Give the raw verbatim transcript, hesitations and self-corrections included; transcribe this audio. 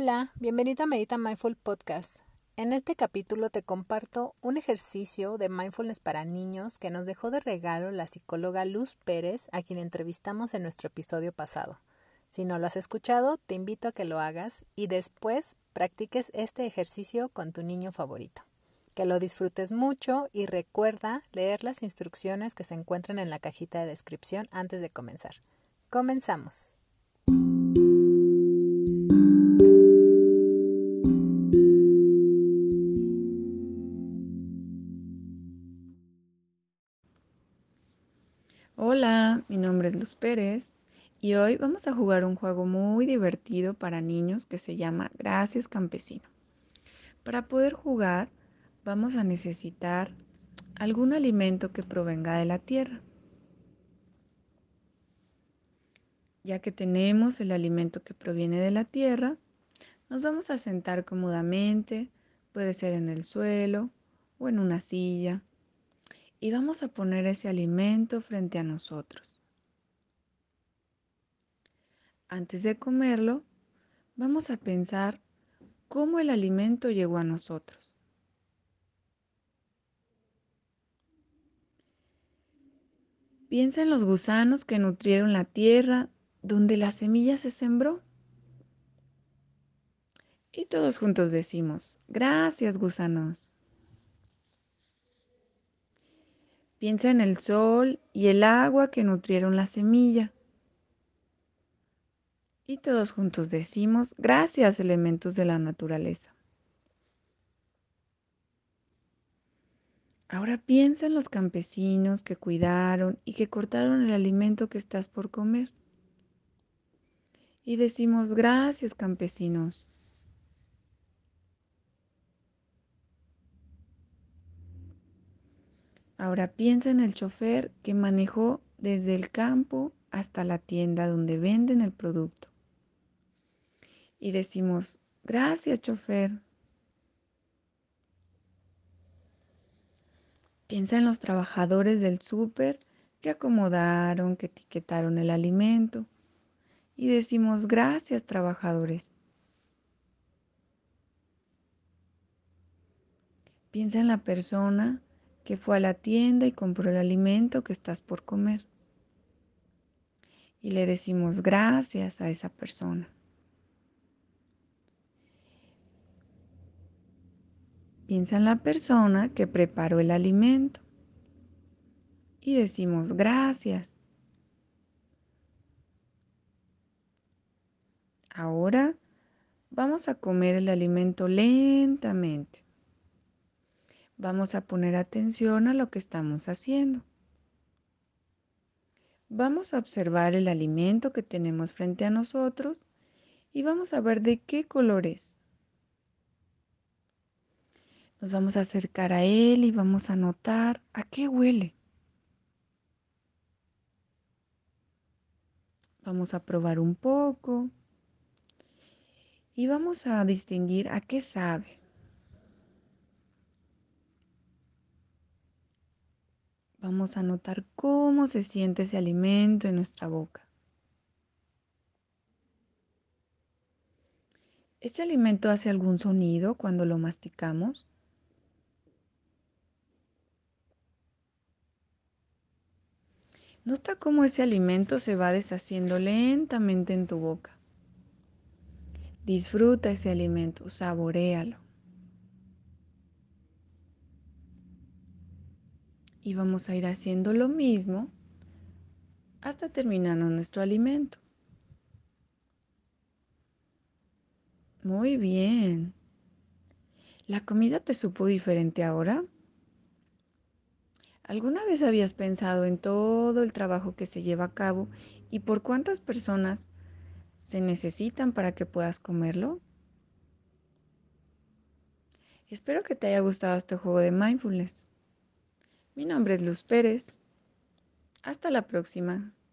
Hola, bienvenido a Medita Mindful Podcast. En este capítulo te comparto un ejercicio de mindfulness para niños que nos dejó de regalo la psicóloga Luz Pérez, a quien entrevistamos en nuestro episodio pasado. Si no lo has escuchado, te invito a que lo hagas y después practiques este ejercicio con tu niño favorito. Que lo disfrutes mucho y recuerda leer las instrucciones que se encuentran en la cajita de descripción antes de comenzar. Comenzamos. Hola, mi nombre es Luz Pérez y hoy vamos a jugar un juego muy divertido para niños que se llama Gracias Campesino. Para poder jugar vamos a necesitar algún alimento que provenga de la tierra. Ya que tenemos el alimento que proviene de la tierra, nos vamos a sentar cómodamente, puede ser en el suelo o en una silla, y vamos a poner ese alimento frente a nosotros. Antes de comerlo, vamos a pensar cómo el alimento llegó a nosotros. Piensa en los gusanos que nutrieron la tierra donde la semilla se sembró. Y todos juntos decimos, gracias gusanos. Piensa en el sol y el agua que nutrieron la semilla. Y todos juntos decimos, gracias elementos de la naturaleza. Ahora piensa en los campesinos que cuidaron y que cortaron el alimento que estás por comer. Y decimos, gracias campesinos. Ahora piensa en el chofer que manejó desde el campo hasta la tienda donde venden el producto. Y decimos, gracias chofer. Piensa en los trabajadores del súper que acomodaron, que etiquetaron el alimento. Y decimos, gracias trabajadores. Piensa en la persona que fue a la tienda y compró el alimento que estás por comer. Y le decimos gracias a esa persona. Piensa en la persona que preparó el alimento. Y decimos gracias. Ahora vamos a comer el alimento lentamente. Vamos a poner atención a lo que estamos haciendo. Vamos a observar el alimento que tenemos frente a nosotros y vamos a ver de qué color es. Nos vamos a acercar a él y vamos a notar a qué huele. Vamos a probar un poco y vamos a distinguir a qué sabe. Vamos a notar cómo se siente ese alimento en nuestra boca. ¿Este alimento hace algún sonido cuando lo masticamos? Nota cómo ese alimento se va deshaciendo lentamente en tu boca. Disfruta ese alimento, saboréalo. Y vamos a ir haciendo lo mismo hasta terminar nuestro alimento. Muy bien. ¿La comida te supo diferente ahora? ¿Alguna vez habías pensado en todo el trabajo que se lleva a cabo y por cuántas personas se necesitan para que puedas comerlo? Espero que te haya gustado este juego de mindfulness. Mi nombre es Luz Pérez. Hasta la próxima.